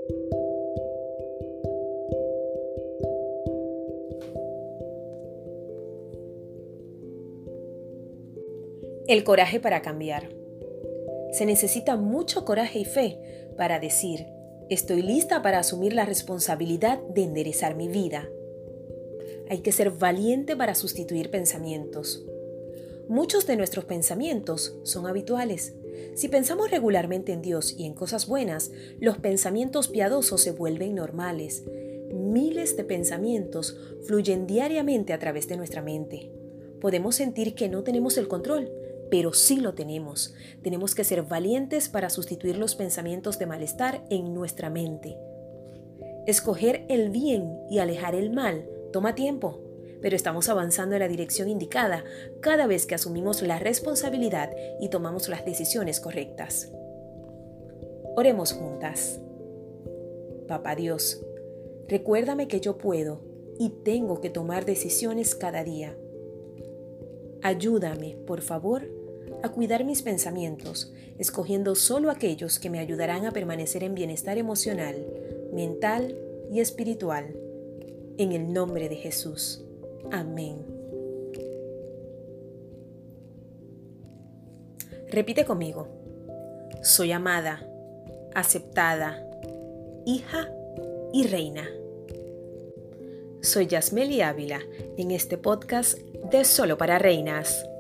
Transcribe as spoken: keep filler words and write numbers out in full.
El coraje para cambiar. Se necesita mucho coraje y fe para decir, estoy lista para asumir la responsabilidad de enderezar mi vida. Hay que ser valiente para sustituir pensamientos. Muchos de nuestros pensamientos son habituales. Si pensamos regularmente en Dios y en cosas buenas, los pensamientos piadosos se vuelven normales. Miles de pensamientos fluyen diariamente a través de nuestra mente. Podemos sentir que no tenemos el control, pero sí lo tenemos. Tenemos que ser valientes para sustituir los pensamientos de malestar en nuestra mente. Escoger el bien y alejar el mal toma tiempo, pero estamos avanzando en la dirección indicada cada vez que asumimos la responsabilidad y tomamos las decisiones correctas. Oremos juntas. Papá Dios, recuérdame que yo puedo y tengo que tomar decisiones cada día. Ayúdame, por favor, a cuidar mis pensamientos, escogiendo solo aquellos que me ayudarán a permanecer en bienestar emocional, mental y espiritual. En el nombre de Jesús. Amén. Repite conmigo. Soy amada, aceptada, hija y reina. Soy Yasmeli Ávila en este podcast de Solo para Reinas.